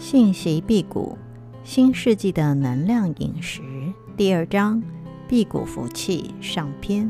信息辟谷，新世纪的能量饮食，第2章，辟谷服气上篇。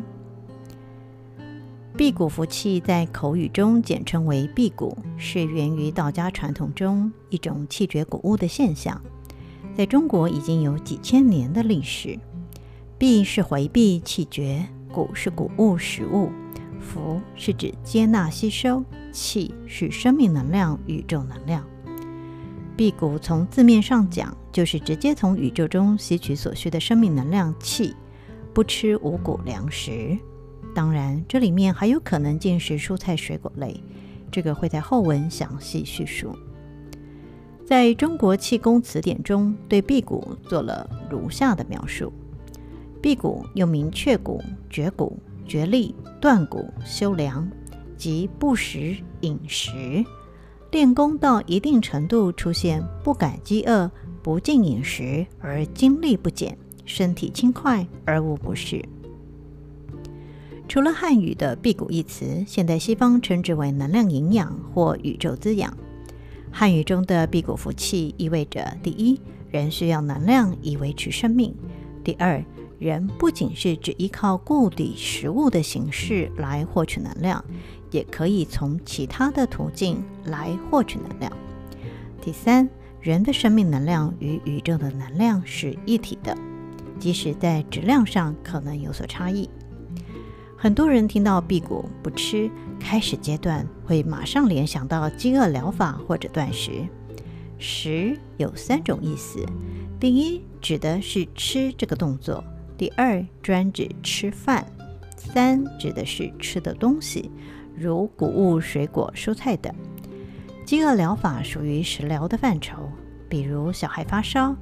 辟谷服气在口语中简称为辟谷，是源于道家传统中一种气绝谷物的现象，在中国已经有几千年的历史。辟是回避气绝，谷是谷物食物，服是指接纳吸收，气是生命能量、宇宙能量。辟谷从字面上讲，就是直接从宇宙中吸取所需的生命能量气，不吃五谷粮食。当然，这里面还有可能进食蔬菜水果类，这个会在后文详细叙述。在中国气功词典中，对辟谷做了如下的描述：辟谷又名却谷、绝谷、绝力、断谷、修凉，即不食饮食。练功到一定程度，出现不感饥饿、不进饮食而精力不减，身体轻快而无不适。除了汉语的辟谷一词，现代西方称之为能量营养或宇宙滋养。汉语中的辟谷服气意味着：第一，人需要能量以维持生命；第二，人不仅是只依靠固体食物的形式来获取能量，也可以从其他的途径来获取能量。第三，人的生命能量与宇宙的能量是一体的，即使在质量上可能有所差异。很多人听到辟谷不吃，开始阶段会马上联想到饥饿疗法或者断食。食有3种意思：第一，指的是吃这个动作；第二，专指吃饭；三，指的是吃的东西，如谷物、水果、蔬菜等。饥饿疗法属于食疗的范畴，比如小孩发烧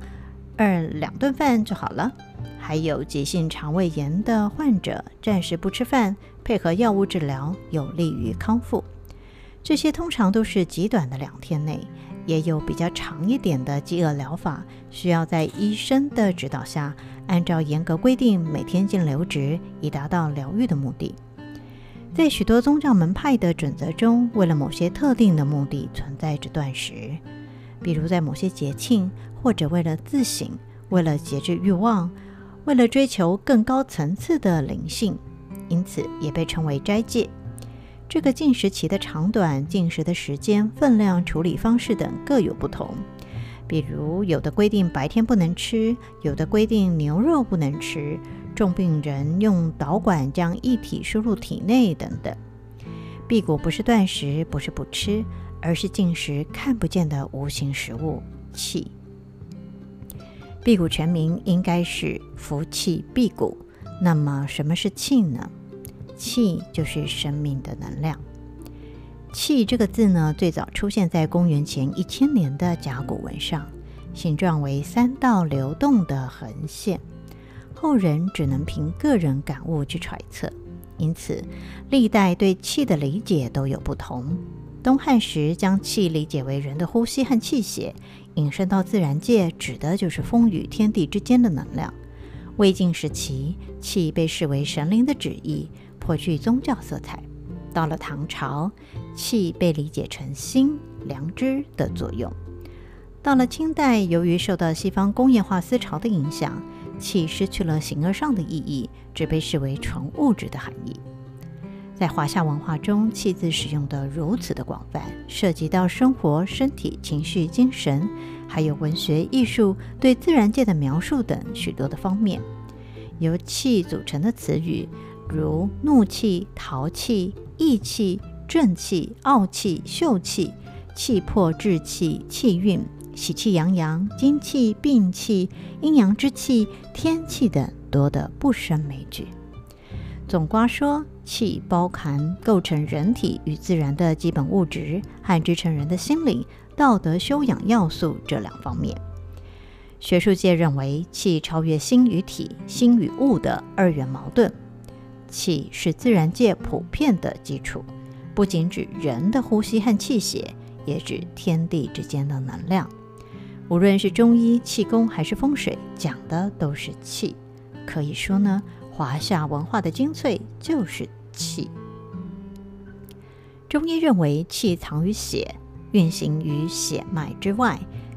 ，2顿饭就好了。还有急性肠胃炎的患者，暂时不吃饭，配合药物治疗，有利于康复。这些通常都是极短的2天内，也有比较长一点的饥饿疗法，需要在医生的指导下，按照严格规定每天净流质，以达到疗愈的目的。在许多宗教门派的准则中，为了某些特定的目的存在着断食，比如在某些节庆，或者为了自省，为了节制欲望，为了追求更高层次的灵性，因此也被称为斋戒。这个禁食期的长短、禁食的时间、分量、处理方式等各有不同。比如有的规定白天不能吃，有的规定牛肉不能吃，重病人用导管将液体输入体内等等。辟谷不是断食，不是不吃，而是禁食看不见的无形食物气。辟谷全名应该是服气辟谷。那么什么是气呢？气就是生命的能量。气这个字呢，最早出现在公元前1000年的甲骨文上，形状为3道流动的横线，后人只能凭个人感悟去揣测，因此历代对气的理解都有不同。东汉时将气理解为人的呼吸和气血，引申到自然界，指的就是风与天地之间的能量。魏晋时期，气被视为神灵的旨意，颇具宗教色彩。到了唐朝，气被理解成心、良知的作用。到了清代，由于受到西方工业化思潮的影响，气失去了形而上的意义，只被视为纯物质的含义。在华夏文化中，气字使用得如此的广泛，涉及到生活、身体、情绪、精神，还有文学、艺术、对自然界的描述等许多的方面。由气组成的词语，如怒气、淘气、义气、正气、傲气、秀气、气魄、志气、气运、喜气洋洋、精气、病气、阴阳之气、天气等，多得不胜枚举。总括说，气包含构成人体与自然的基本物质和支撑人的心理、道德修养要素这2方面。学术界认为，气超越心与体、心与物的2元矛盾。气是自然界普遍的基础，不仅指人的呼吸和气血，也指天地之间的能量。无论是中医、气功还是风水，讲的都是气。可以说呢，华夏文化的精粹就是气。中医认为气藏于血，运行于血脉之外，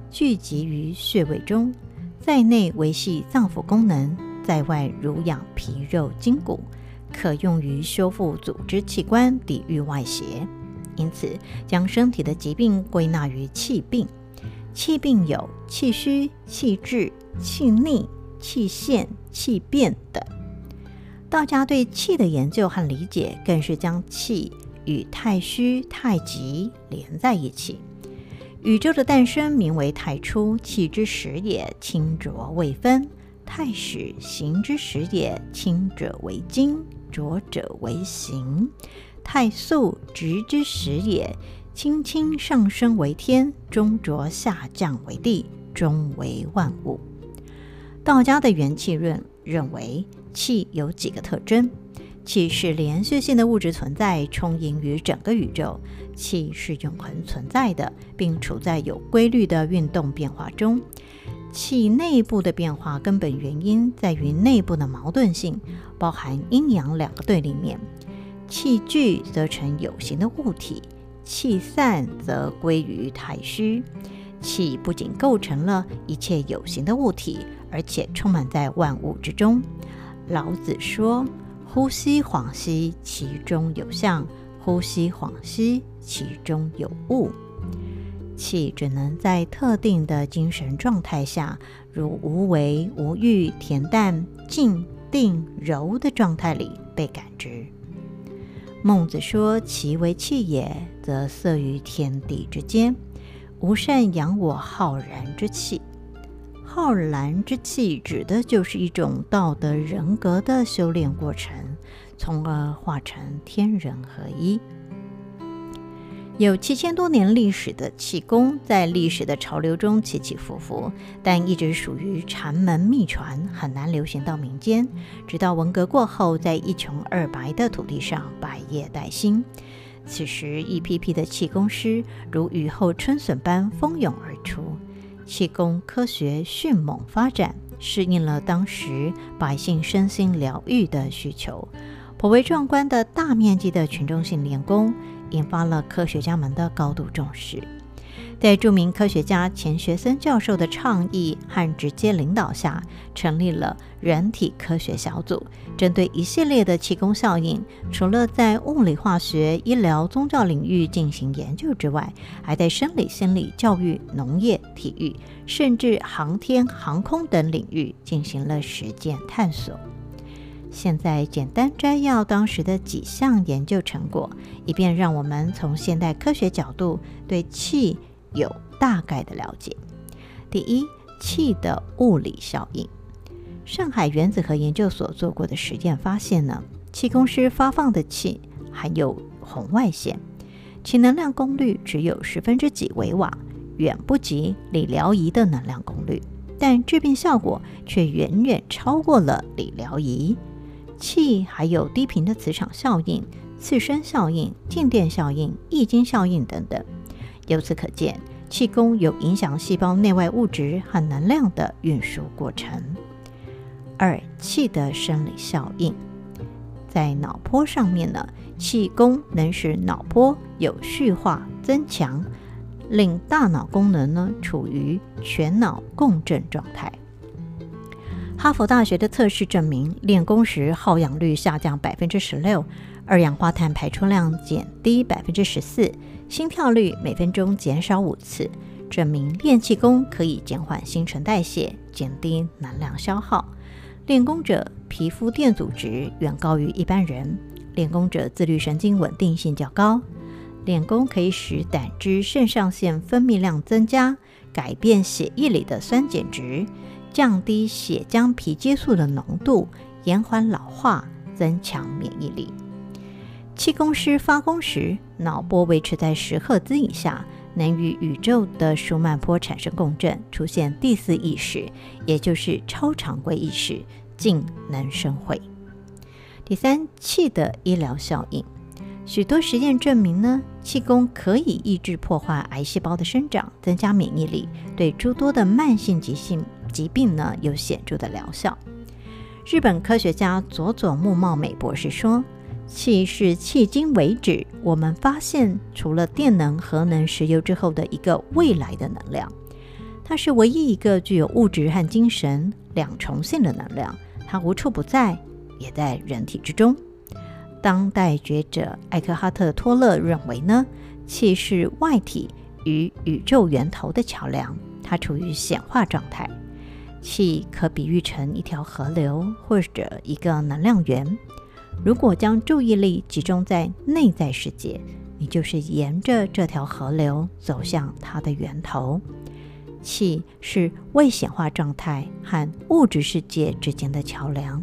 聚集于穴位中，在内维系脏腑功能，在外濡养皮肉筋骨，可用于修复组织器官，抵御外邪。因此，将身体的疾病归纳于气病。气病有气虚、气滞、气逆、气陷、气变等。道家对气的研究和理解，更是将气与太虚、太极连在一起。宇宙的诞生名为太初，气之始也，清浊未分；太始，形之始也，清者为精，浊者为形；太素，直之始也，清清上升为天，中浊下降为地，终为万物。道家的元气论认为，气有几个特征。气是连续性的物质存在，充盈于整个宇宙。气是永恒存在的，并处在有规律的运动变化中。气内部的变化根本原因在于内部的矛盾性，包含阴阳两个对立面。气聚则成有形的物体，气散则归于太虚。气不仅构成了一切有形的物体，而且充满在万物之中。老子说，呼吸恍兮，其中有象；呼吸恍兮，其中有物。气只能在特定的精神状态下，如无为、无欲、恬淡、静、定、柔的状态里被感知。孟子说，其为气也，则色于天地之间，无善养我浩然之气。浩然之气指的就是一种道德人格的修炼过程，从而化成天人合一。有7000多年历史的气功，在历史的潮流中起起伏伏，但一直属于禅门秘传，很难流行到民间。直到文革过后，在一穷二白的土地上百业待兴。此时，一批批的气功师如雨后春笋般蜂拥而出，气功科学迅猛发展，适应了当时百姓身心疗愈的需求。颇为壮观的大面积的群众性练功，引发了科学家们的高度重视。在著名科学家钱学森教授的倡议和直接领导下，成立了人体科学小组，针对一系列的气功效应，除了在物理化学、医疗、宗教领域进行研究之外，还在生理、心理、教育、农业、体育，甚至航天、航空等领域进行了实践探索。现在简单摘要当时的几项研究成果，以便让我们从现代科学角度对气有大概的了解。第一，气的物理效应。上海原子核研究所做过的实验发现呢，气功师发放的气含有红外线，其能量功率只有10%几微瓦，远不及理疗仪的能量功率，但治病效果却远远超过了理疗仪。气还有低频的磁场效应、次生效应、静电效应、易经效应等等。由此可见，气功有影响细胞内外物质和能量的运输过程。二、气的生理效应。在脑波上面呢，气功能使脑波有序化增强，令大脑功能呢处于全脑共振状态。哈佛大学的测试证明，练功时耗氧率下降16%，二氧化碳排出量减低14%，心跳率每分钟减少5次，证明练气功可以减缓新陈代谢，减低能量消耗。练功者皮肤电阻值远高于一般人，练功者自律神经稳定性较高。练功可以使胆汁肾上腺分泌量增加，改变血液里的酸碱值，降低血浆皮接素的浓度，延缓老化，增强免疫力。气功师发功时，脑波维持在10赫兹以下，能与宇宙的舒曼波产生共振，出现第四意识，也就是超常规意识，静能生慧。第三，气的医疗效应。许多实验证明呢，气功可以抑制破坏癌细胞的生长，增加免疫力，对诸多的慢性疾病呢有显著的疗效。日本科学家佐佐木茂美博士说，气是迄今为止我们发现除了电能、核能、石油之后的一个未来的能量。 它是唯一一个具有物质和精神两重性的能量，它无处不在，也在人体之中。当代学者艾克哈特·托勒认为呢，气是外体与宇宙源头的桥梁，它处于显化状态。气可比喻成一条河流或者一个能量源。如果将注意力集中在内在世界，你就是沿着这条河流走向它的源头。气是未显化状态和物质世界之间的桥梁。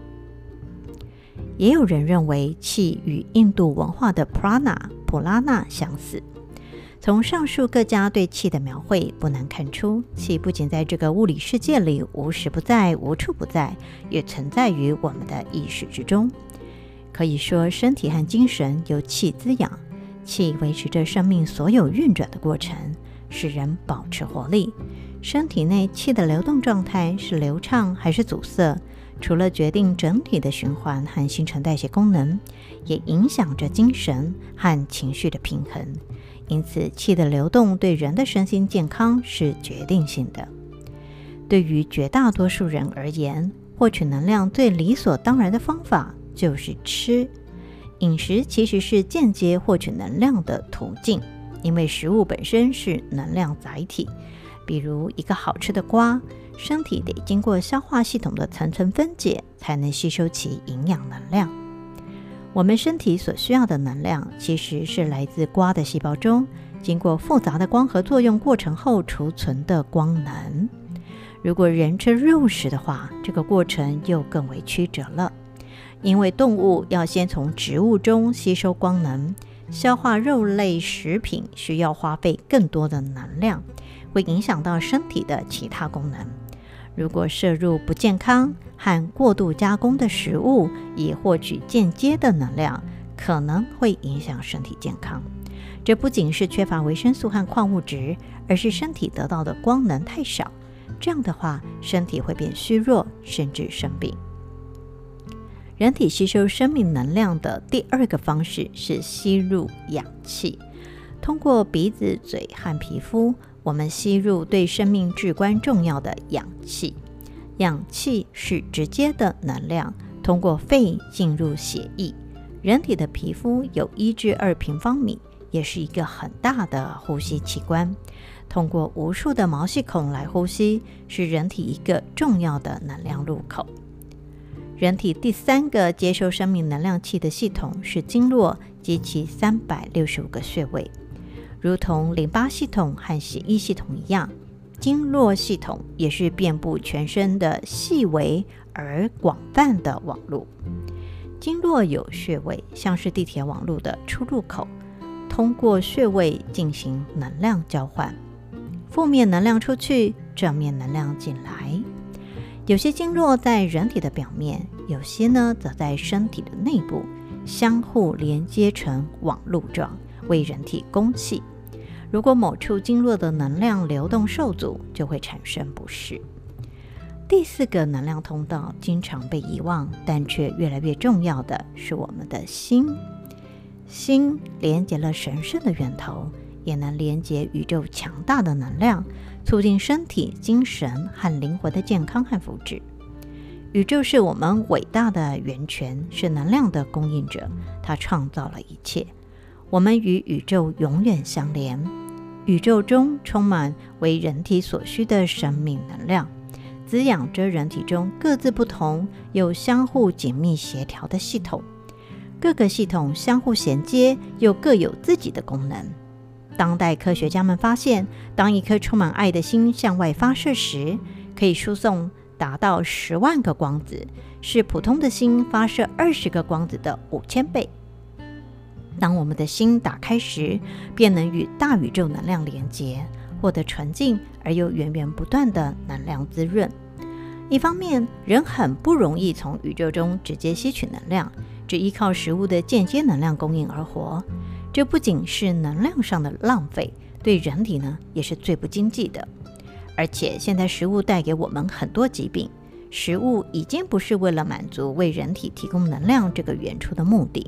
也有人认为气与印度文化的 prana 普拉纳相似。从上述各家对气的描绘，不难看出，气不仅在这个物理世界里无时不在、无处不在，也存在于我们的意识之中。可以说，身体和精神由气滋养，气维持着生命所有运转的过程，使人保持活力。身体内气的流动状态是流畅还是阻塞，除了决定整体的循环和新陈代谢功能，也影响着精神和情绪的平衡。因此，气的流动对人的身心健康是决定性的。对于绝大多数人而言，获取能量最理所当然的方法就是吃。饮食其实是间接获取能量的途径，因为食物本身是能量载体。比如一个好吃的瓜，身体得经过消化系统的层层分解，才能吸收其营养能量。我们身体所需要的能量，其实是来自瓜的细胞中，经过复杂的光合作用过程后储存的光能。如果人吃肉食的话，这个过程又更为曲折了，因为动物要先从植物中吸收光能，消化肉类食品需要花费更多的能量，会影响到身体的其他功能。如果摄入不健康和过度加工的食物，以获取间接的能量，可能会影响身体健康。这不仅是缺乏维生素和矿物质，而是身体得到的光能太少。这样的话，身体会变虚弱，甚至生病。人体吸收生命能量的第二个方式是吸入氧气。通过鼻子、嘴和皮肤，我们吸入对生命至关重要的氧气。氧气是直接的能量，通过肺进入血液。人体的皮肤有1至2平方米，也是一个很大的呼吸器官。通过无数的毛细孔来呼吸，是人体一个重要的能量入口。人体第3个接收生命能量气的系统是经络及其365个穴位。如同淋巴系统和血液系统一样，经络系统也是遍布全身的细微而广泛的网路。经络有穴位，像是地铁网路的出入口，通过穴位进行能量交换，负面能量出去，正面能量进来。有些经络在人体的表面，有些呢则在身体的内部，相互连接成网路状，为人体供气。如果某处经络的能量流动受阻，就会产生不适。第4个能量通道经常被遗忘，但却越来越重要的是我们的心。心连接了神圣的源头，也能连接宇宙强大的能量，促进身体、精神和灵魂的健康和福祉。宇宙是我们伟大的源泉，是能量的供应者，它创造了一切。我们与宇宙永远相连，宇宙中充满为人体所需的生命能量，滋养着人体中各自不同又相互紧密协调的系统。各个系统相互衔接，又各有自己的功能。当代科学家们发现，当一颗充满爱的心向外发射时，可以输送达到10万个光子，是普通的心发射20个光子的5000倍。当我们的心打开时，便能与大宇宙能量连结，获得纯净而又源源不断的能量滋润。一方面，人很不容易从宇宙中直接吸取能量，只依靠食物的间接能量供应而活。这不仅是能量上的浪费，对人体呢也是最不经济的。而且现在食物带给我们很多疾病，食物已经不是为了满足为人体提供能量这个原初的目的。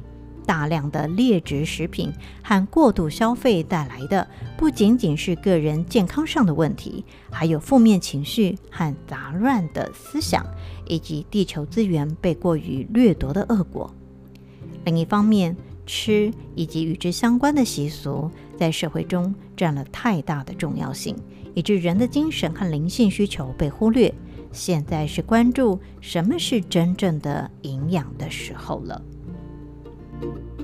大量的劣质食品和过度消费带来的不仅仅是个人健康上的问题，还有负面情绪和杂乱的思想，以及地球资源被过于掠夺的恶果。另一方面，吃以及与之相关的习俗在社会中占了太大的重要性，以致人的精神和灵性需求被忽略。现在是关注什么是真正的营养的时候了。